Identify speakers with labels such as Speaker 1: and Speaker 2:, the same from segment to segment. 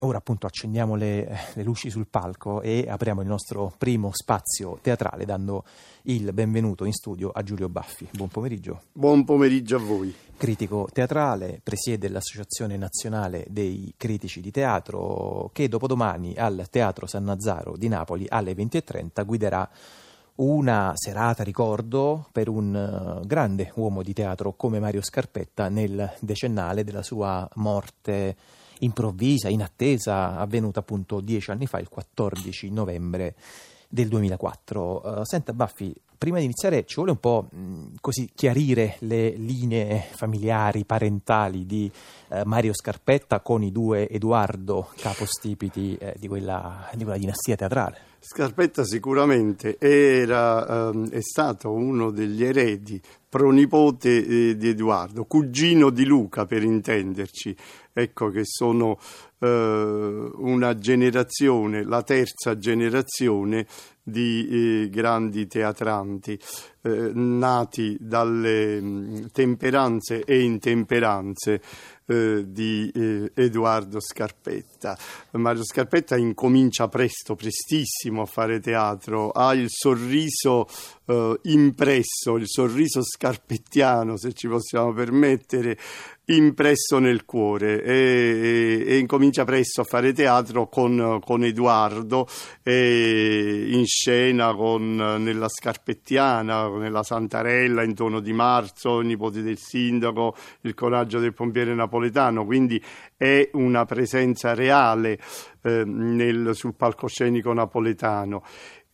Speaker 1: Ora appunto accendiamo le luci sul palco e apriamo il nostro primo spazio teatrale dando il benvenuto in studio a Giulio Baffi. Buon pomeriggio.
Speaker 2: Buon pomeriggio a voi.
Speaker 1: Critico teatrale, presiede l'Associazione Nazionale dei Critici di Teatro che dopodomani al Teatro San Nazzaro di Napoli alle 20:30 guiderà una serata ricordo per un grande uomo di teatro come Mario Scarpetta nel decennale della sua morte improvvisa, inattesa, avvenuta appunto 10 anni fa, il 14 novembre del 2004. Senta Baffi, prima di iniziare ci vuole un po' così chiarire le linee familiari, parentali di Mario Scarpetta con i due Edoardo capostipiti di quella dinastia teatrale.
Speaker 2: Scarpetta sicuramente è stato uno degli eredi, pronipote di Edoardo, cugino di Luca per intenderci, ecco che sono una generazione, la terza generazione di grandi teatranti nati dalle temperanze e intemperanze di Edoardo Scarpetta. Mario Scarpetta incomincia prestissimo a fare teatro, ha il sorriso impresso, il sorriso scarpettiano, se ci possiamo permettere, impresso nel cuore e incomincia presto a fare teatro con Edoardo in scena nella Scarpettiana, nella Santarella, in Tono di Marzo, Nipoti del Sindaco, Il coraggio del pompiere napoletano, quindi è una presenza reale sul palcoscenico napoletano.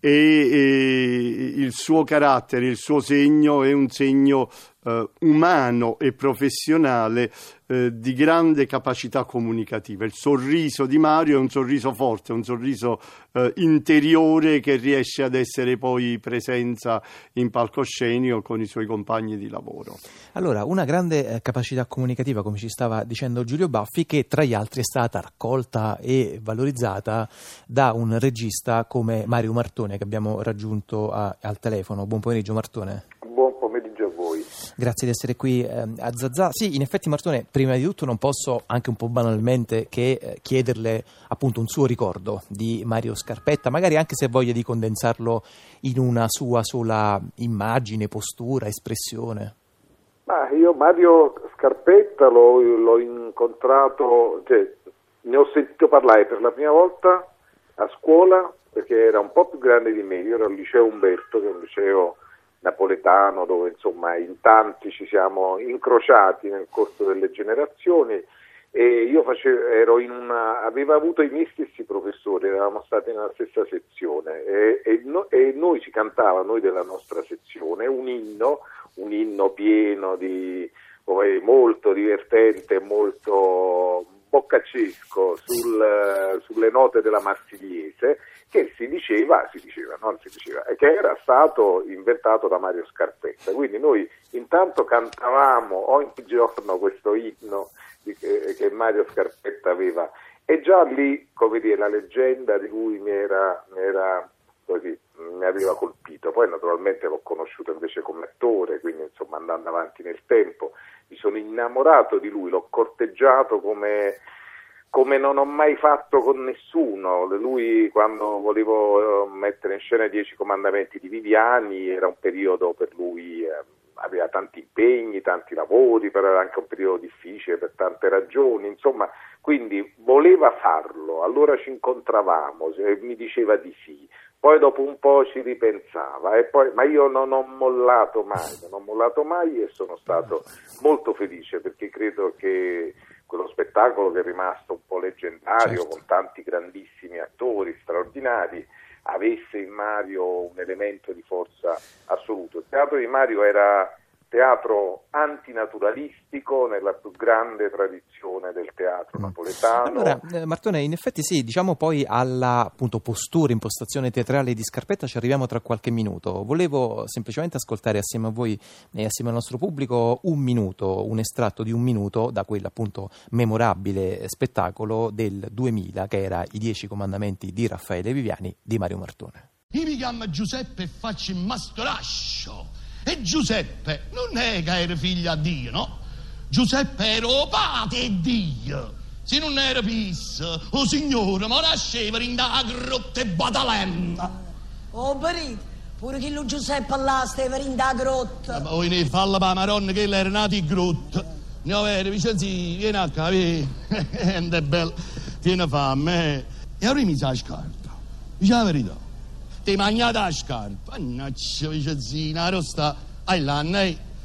Speaker 2: E il suo carattere, il suo segno è un segno umano e professionale di grande capacità comunicativa. Il sorriso di Mario è un sorriso forte, un sorriso interiore che riesce ad essere poi presenza in palcoscenico con i suoi compagni di lavoro.
Speaker 1: Allora, una grande capacità comunicativa, come ci stava dicendo Giulio Baffi, che tra gli altri è stata raccolta e valorizzata da un regista come Mario Martone, che abbiamo raggiunto al telefono. Buon pomeriggio Martone.
Speaker 3: Buon pomeriggio a voi.
Speaker 1: Grazie di essere qui a Zazà. Sì, in effetti Martone, prima di tutto non posso, anche un po' banalmente, che chiederle appunto un suo ricordo di Mario Scarpetta, magari anche se ha voglia di condensarlo in una sua sola immagine, postura, espressione.
Speaker 3: Ma io Mario Scarpetta l'ho incontrato, ne ho sentito parlare per la prima volta a scuola, perché era un po' più grande di me. Io ero al liceo Umberto, che è un liceo napoletano dove insomma in tanti ci siamo incrociati nel corso delle generazioni, e io avevo avuto i miei stessi professori, eravamo stati nella stessa sezione e noi ci cantava, noi della nostra sezione, un inno pieno di molto divertente, molto boccacesco sulle note della Marsigliese, che che era stato inventato da Mario Scarpetta. Quindi noi intanto cantavamo ogni giorno questo inno che Mario Scarpetta aveva, e già lì, come dire, la leggenda di lui mi aveva colpito. Poi naturalmente l'ho conosciuto invece come attore, quindi insomma andando avanti nel tempo mi sono innamorato di lui, l'ho corteggiato come non ho mai fatto con nessuno. Lui, quando volevo mettere in scena i 10 comandamenti di Viviani, era un periodo per lui, aveva tanti impegni, tanti lavori, però era anche un periodo difficile per tante ragioni, insomma, quindi voleva farlo, allora ci incontravamo e mi diceva di sì. Poi dopo un po' ci ripensava, ma io non ho mollato mai e sono stato molto felice, perché credo che quello spettacolo, che è rimasto un po' leggendario, certo, con tanti grandissimi attori straordinari, avesse in Mario un elemento di forza assoluto. Il teatro di Mario era teatro antinaturalistico nella più grande tradizione del teatro napoletano.
Speaker 1: Allora, Martone, in effetti sì, diciamo poi alla appunto postura, impostazione teatrale di Scarpetta ci arriviamo tra qualche minuto. Volevo semplicemente ascoltare assieme a voi e assieme al nostro pubblico un estratto di un minuto da quel appunto memorabile spettacolo del 2000 che era I 10 comandamenti di Raffaele Viviani di Mario Martone.
Speaker 4: Io mi chiamo Giuseppe e faccio il mastorascio. E Giuseppe non è che era figlio a Dio, no? Giuseppe era padre di Dio. Se non era pissa, o signore, ma nasceva in da grotta e Badalemma.
Speaker 5: Oh, Perito, pure che lo Giuseppe là stava in da grotta.
Speaker 4: Ma poi ne falla per la Maronna che era nato in grotta. No, vero, Vincenzi, vieni a casa, vieni. È bello, tieni fame. E ora mi sa la scarpa. Dice la verità. Ti mangiate la scarpa. Mannaggia, Vincenzina, la rosta. Hai l'anno,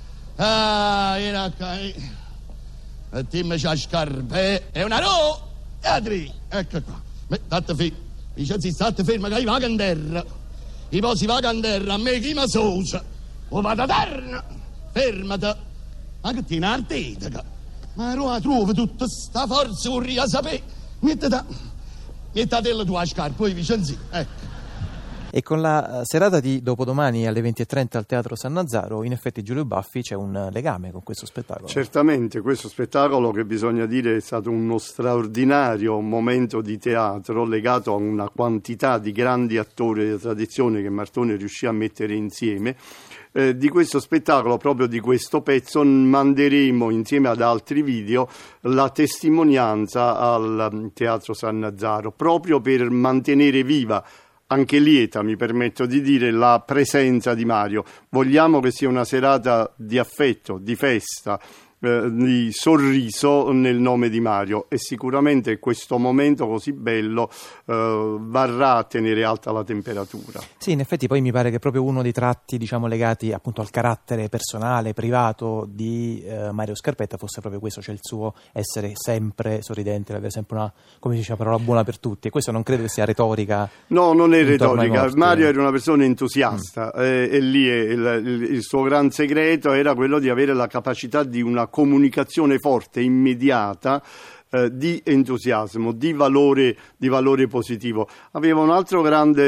Speaker 4: Ah, vieni a casa. E dimmi c'ha scarpa, è una e altri, ecco qua. State fermo, Vincenzi, state fermo che io vado in terra. I posi vado in terra, a me chi mi sosa. O vado a terra, fermate. Ma che tiene artetica? Ma ora trovi tutta sta forza, vorrei sapere. Mettete la tua scarpa, poi Vincenzi, ecco.
Speaker 1: E con la serata di dopodomani alle 20:30 al Teatro Sannazzaro, in effetti, Giulio Baffi, c'è un legame con questo spettacolo.
Speaker 2: Certamente, questo spettacolo, che bisogna dire è stato uno straordinario momento di teatro legato a una quantità di grandi attori della tradizione che Martone riuscì a mettere insieme. Di questo spettacolo, proprio di questo pezzo, manderemo insieme ad altri video la testimonianza al Teatro Sannazzaro, proprio per mantenere viva, anche lieta, mi permetto di dire, la presenza di Mario. Vogliamo che sia una serata di affetto, di festa, di sorriso nel nome di Mario, e sicuramente questo momento così bello varrà a tenere alta la temperatura.
Speaker 1: Sì, in effetti poi mi pare che proprio uno dei tratti, diciamo, legati appunto al carattere personale, privato di Mario Scarpetta fosse proprio questo, cioè il suo essere sempre sorridente, avere sempre una, come si dice, parola buona per tutti. E questo non credo che sia retorica.
Speaker 2: No, non è retorica. Mario era una persona entusiasta e lì il suo gran segreto era quello di avere la capacità di una comunicazione forte, immediata, di entusiasmo, di valore positivo. Aveva un altro grande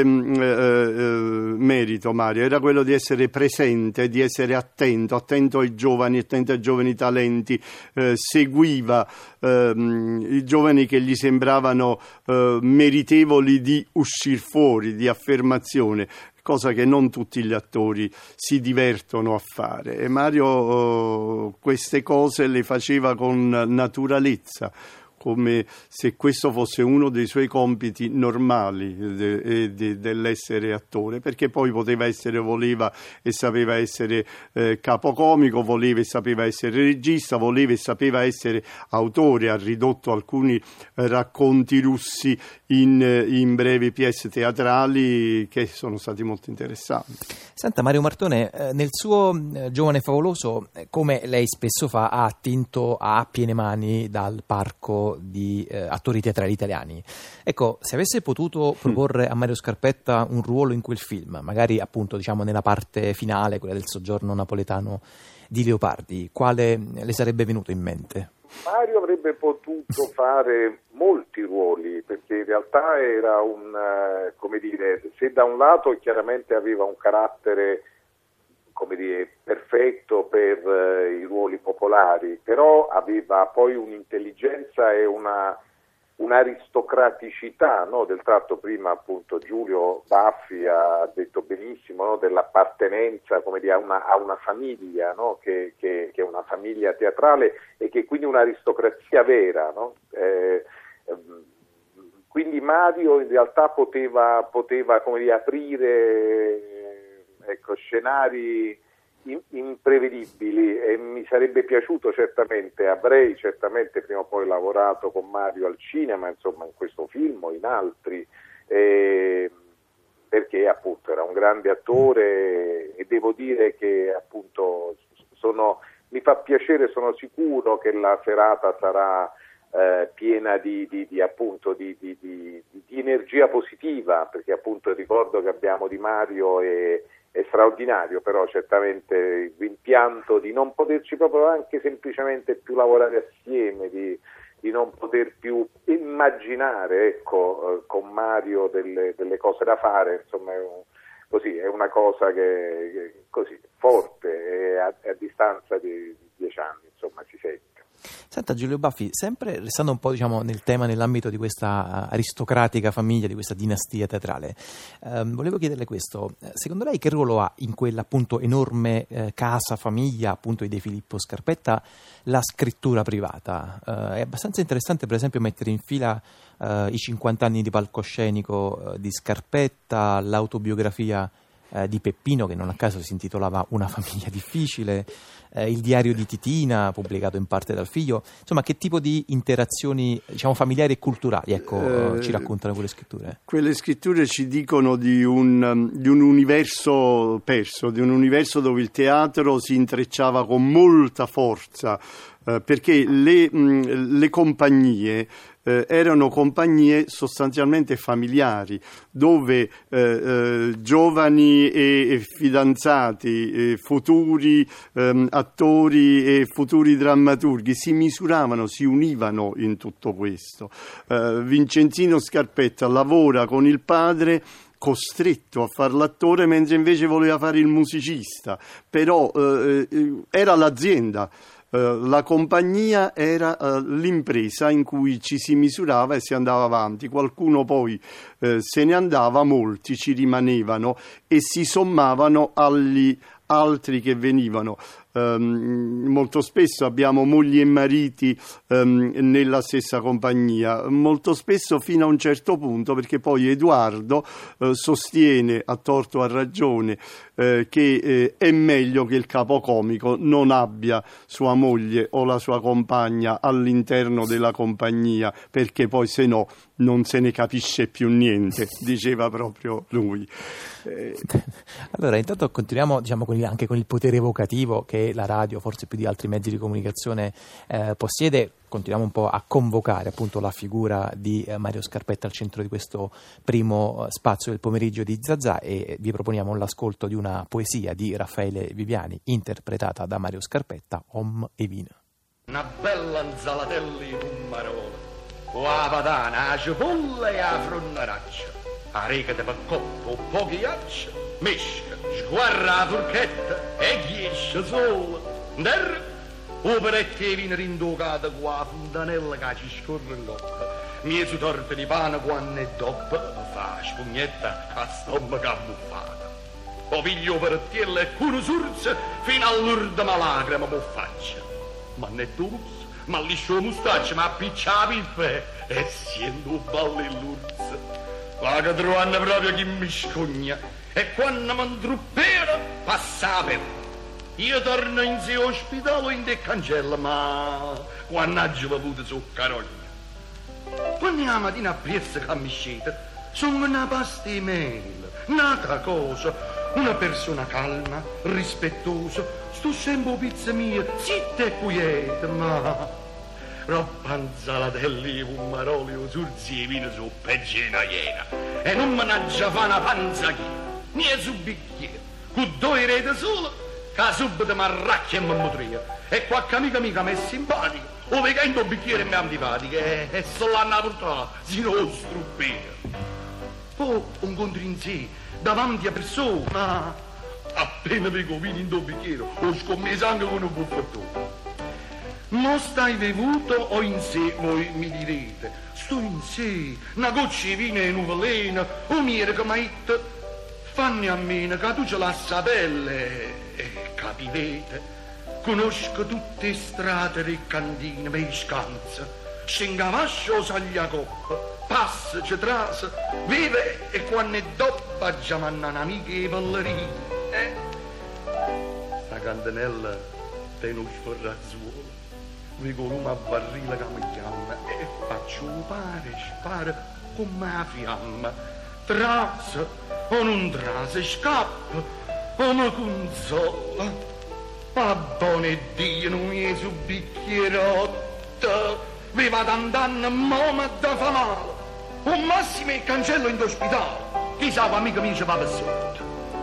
Speaker 2: merito Mario, era quello di essere presente, di essere attento ai giovani talenti, seguiva i giovani che gli sembravano meritevoli di uscir fuori, di affermazione, cosa che non tutti gli attori si divertono a fare, e Mario queste cose le faceva con naturalezza, come se questo fosse uno dei suoi compiti normali dell'essere attore, perché poi voleva e sapeva essere capocomico, voleva e sapeva essere regista, voleva e sapeva essere autore, ha ridotto alcuni racconti russi in brevi pièce teatrali che sono stati molto interessanti.
Speaker 1: Senta, Mario Martone, nel suo Giovane Favoloso, come lei spesso fa, ha attinto a piene mani dal parco di attori teatrali italiani. Ecco, se avesse potuto proporre a Mario Scarpetta un ruolo in quel film, magari appunto, diciamo, nella parte finale, quella del soggiorno napoletano di Leopardi, quale le sarebbe venuto in mente?
Speaker 3: Mario avrebbe potuto fare molti ruoli, perché in realtà era come dire, se da un lato chiaramente aveva un carattere, come dire, perfetto per i ruoli popolari, però aveva poi un'intelligenza e un'aristocraticità, no? Del tratto, prima appunto Giulio Baffi ha detto benissimo, no? Dell'appartenenza, come dire, a una famiglia, no? Che è una famiglia teatrale e che quindi un'aristocrazia vera, no? Quindi Mario in realtà poteva come dire, aprire, ecco, scenari imprevedibili, e mi sarebbe piaciuto certamente, avrei certamente prima o poi lavorato con Mario al cinema, insomma, in questo film o in altri, perché appunto era un grande attore, e devo dire che appunto mi fa piacere, sono sicuro che la serata sarà piena di energia positiva, perché appunto il ricordo che abbiamo di Mario è straordinario, però certamente l'impianto di non poterci proprio anche semplicemente più lavorare assieme, di non poter più immaginare, ecco, con Mario delle cose da fare, insomma, è una cosa che così forte, e a distanza di 10 anni, insomma, si sente.
Speaker 1: Senta Giulio Baffi, sempre restando un po' nel tema, nell'ambito di questa aristocratica famiglia, di questa dinastia teatrale, volevo chiederle questo: secondo lei che ruolo ha in quella appunto enorme casa, famiglia appunto di De Filippo Scarpetta la scrittura privata? È abbastanza interessante per esempio mettere in fila i 50 anni di palcoscenico di Scarpetta, l'autobiografia di Peppino, che non a caso si intitolava Una famiglia difficile, il diario di Titina pubblicato in parte dal figlio. Insomma, che tipo di interazioni familiari e culturali ci raccontano quelle scritture?
Speaker 2: Quelle scritture ci dicono di un universo perso, di un universo dove il teatro si intrecciava con molta forza, perché le compagnie erano compagnie sostanzialmente familiari, dove giovani e fidanzati, futuri attori e futuri drammaturghi si misuravano, si univano in tutto questo. Vincenzino Scarpetta lavora con il padre costretto a fare l'attore, mentre invece voleva fare il musicista, però era l'azienda. La compagnia era l'impresa in cui ci si misurava e si andava avanti. Qualcuno poi se ne andava, molti ci rimanevano e si sommavano agli altri che venivano. Molto spesso abbiamo mogli e mariti nella stessa compagnia, molto spesso fino a un certo punto, perché poi Edoardo sostiene, a torto o a ragione, che è meglio che il capocomico non abbia sua moglie o la sua compagna all'interno della compagnia, perché poi se no non se ne capisce più niente, diceva proprio lui.
Speaker 1: Allora, intanto continuiamo anche con il potere evocativo che la radio, forse più di altri mezzi di comunicazione, possiede. Continuiamo un po' a convocare appunto la figura di Mario Scarpetta al centro di questo primo spazio del pomeriggio di Zazà, e vi proponiamo l'ascolto di una poesia di Raffaele Viviani interpretata da Mario Scarpetta, Om e Vino.
Speaker 6: Una bella insalatella di fumarola, con la patana, la cipolla e la fronnaraccia, a riga di paccoppo, pochi ghiaccia, mesca, sguarra la forchetta e ghiesce sola. O parecchie vino rinducate con la fontanella che ci scorre l'occhio, mezzo torte di pane quando è dopo, fa spugnetta a stomaco ammuffata. O piglio parecchiella e cuno surza fino all'ultima lacrima mo faccia. Ma ne dolce, ma liscio mustaccia, ma appiccia la pippa e sento balle l'urza. La che trovano proprio chi mi scogna, e quando mi intruppero passa la pelle. Io torno in sé ospitale in te cancella, ma quando ho bevuto su carogna. Quando la mattina apprezzo che mi scende, sono una pasta di mele, nata cosa, una persona calma, rispettosa, sto sempre pizza mia, zitta e quieta, ma roppa insalatelli, fumaroli, usurzi e vino su peggina iena, e non me ne già fa una panza chi, né su bicchiere, con due rete solo, che subito mi arracchia e mi mutria, e qualche amica mica mi è simpatica, o vegando un bicchiere mi è antipatica, e se l'hanno portata, si non struppia. Poi incontro in sé, davanti a persone, ma appena vedo vino in due bicchieri, ho scommesso anche con un buffettone. Non stai bevuto o in sé, voi mi direte, sto in sé, una goccia di vino e un veleno, un miele che mi ha detto, fanni a meno che tu ce la sapelle. E capivete, conosco tutte le strade e cantine, me scanza, scingavascio saglia coppa, passa, ci trasa, vive e quando è dopo già manna un'amica e ballerini, Sta cantanella te non sforrazzuola, vedo l'uomo a barrile che mi chiama e faccio spara come la fiamma, trasa o non trasa, scappa, o mi consola, ma buon Dio non mi è su bicchierotto, vi vado andando mo da fa male, un massimo il cancello in ospedale, chissà amica mia ci va per sotto.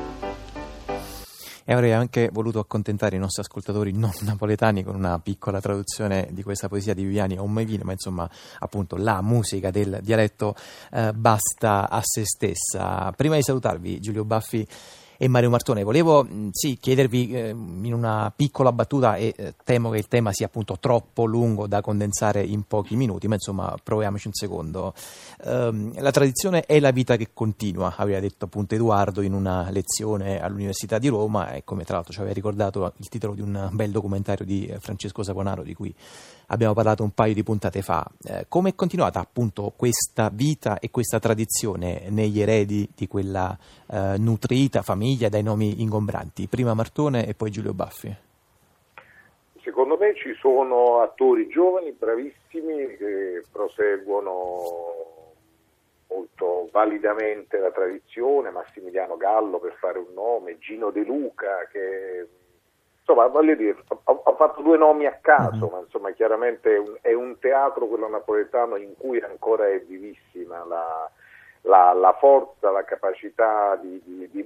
Speaker 1: E avrei anche voluto accontentare i nostri ascoltatori non napoletani con una piccola traduzione di questa poesia di Viviani, Om e Vino, ma insomma appunto la musica del dialetto basta a se stessa. Prima di salutarvi, Giulio Baffi, e Mario Martone. Volevo chiedervi in una piccola battuta, e temo che il tema sia appunto troppo lungo da condensare in pochi minuti, ma insomma proviamoci un secondo. La tradizione è la vita che continua, aveva detto appunto Edoardo in una lezione all'Università di Roma, e come tra l'altro ci aveva ricordato il titolo di un bel documentario di Francesco Saponaro di cui abbiamo parlato un paio di puntate fa. Come è continuata appunto questa vita e questa tradizione negli eredi di quella nutrita famiglia dai nomi ingombranti, prima Martone e poi Giulio Baffi?
Speaker 3: Secondo me ci sono attori giovani, bravissimi, che proseguono molto validamente la tradizione. Massimiliano Gallo, per fare un nome, Gino De Luca, che insomma, voglio dire, ho fatto due nomi a caso, ma insomma chiaramente è un teatro, quello napoletano, in cui ancora è vivissima la forza, la capacità di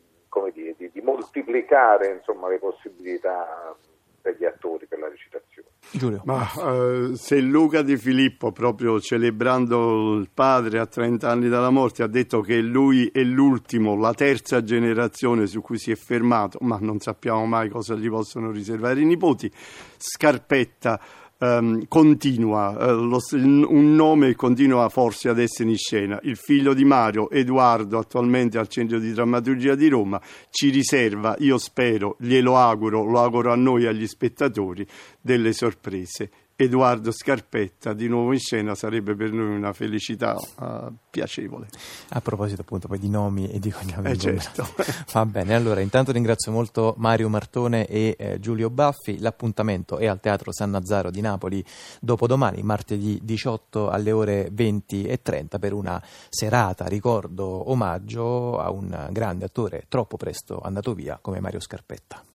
Speaker 3: moltiplicare insomma le possibilità degli attori per la recitazione.
Speaker 1: Giulio.
Speaker 2: Ma se Luca Di Filippo, proprio celebrando il padre a 30 anni dalla morte, ha detto che lui è l'ultimo, la terza generazione su cui si è fermato, ma non sappiamo mai cosa gli possono riservare i nipoti, Scarpetta continua, un nome continua forse ad essere in scena. Il figlio di Mario, Edoardo, attualmente al Centro di Drammaturgia di Roma, ci riserva, io spero, glielo auguro, lo auguro a noi e agli spettatori, delle sorprese. Edoardo Scarpetta di nuovo in scena sarebbe per noi una felicità piacevole.
Speaker 1: A proposito appunto poi di nomi e di cognomi,
Speaker 2: certo.
Speaker 1: Va bene, allora intanto ringrazio molto Mario Martone e Giulio Baffi. L'appuntamento è al Teatro San Nazzaro di Napoli dopodomani, martedì 18 alle ore 20:30, per una serata ricordo omaggio a un grande attore troppo presto andato via come Mario Scarpetta.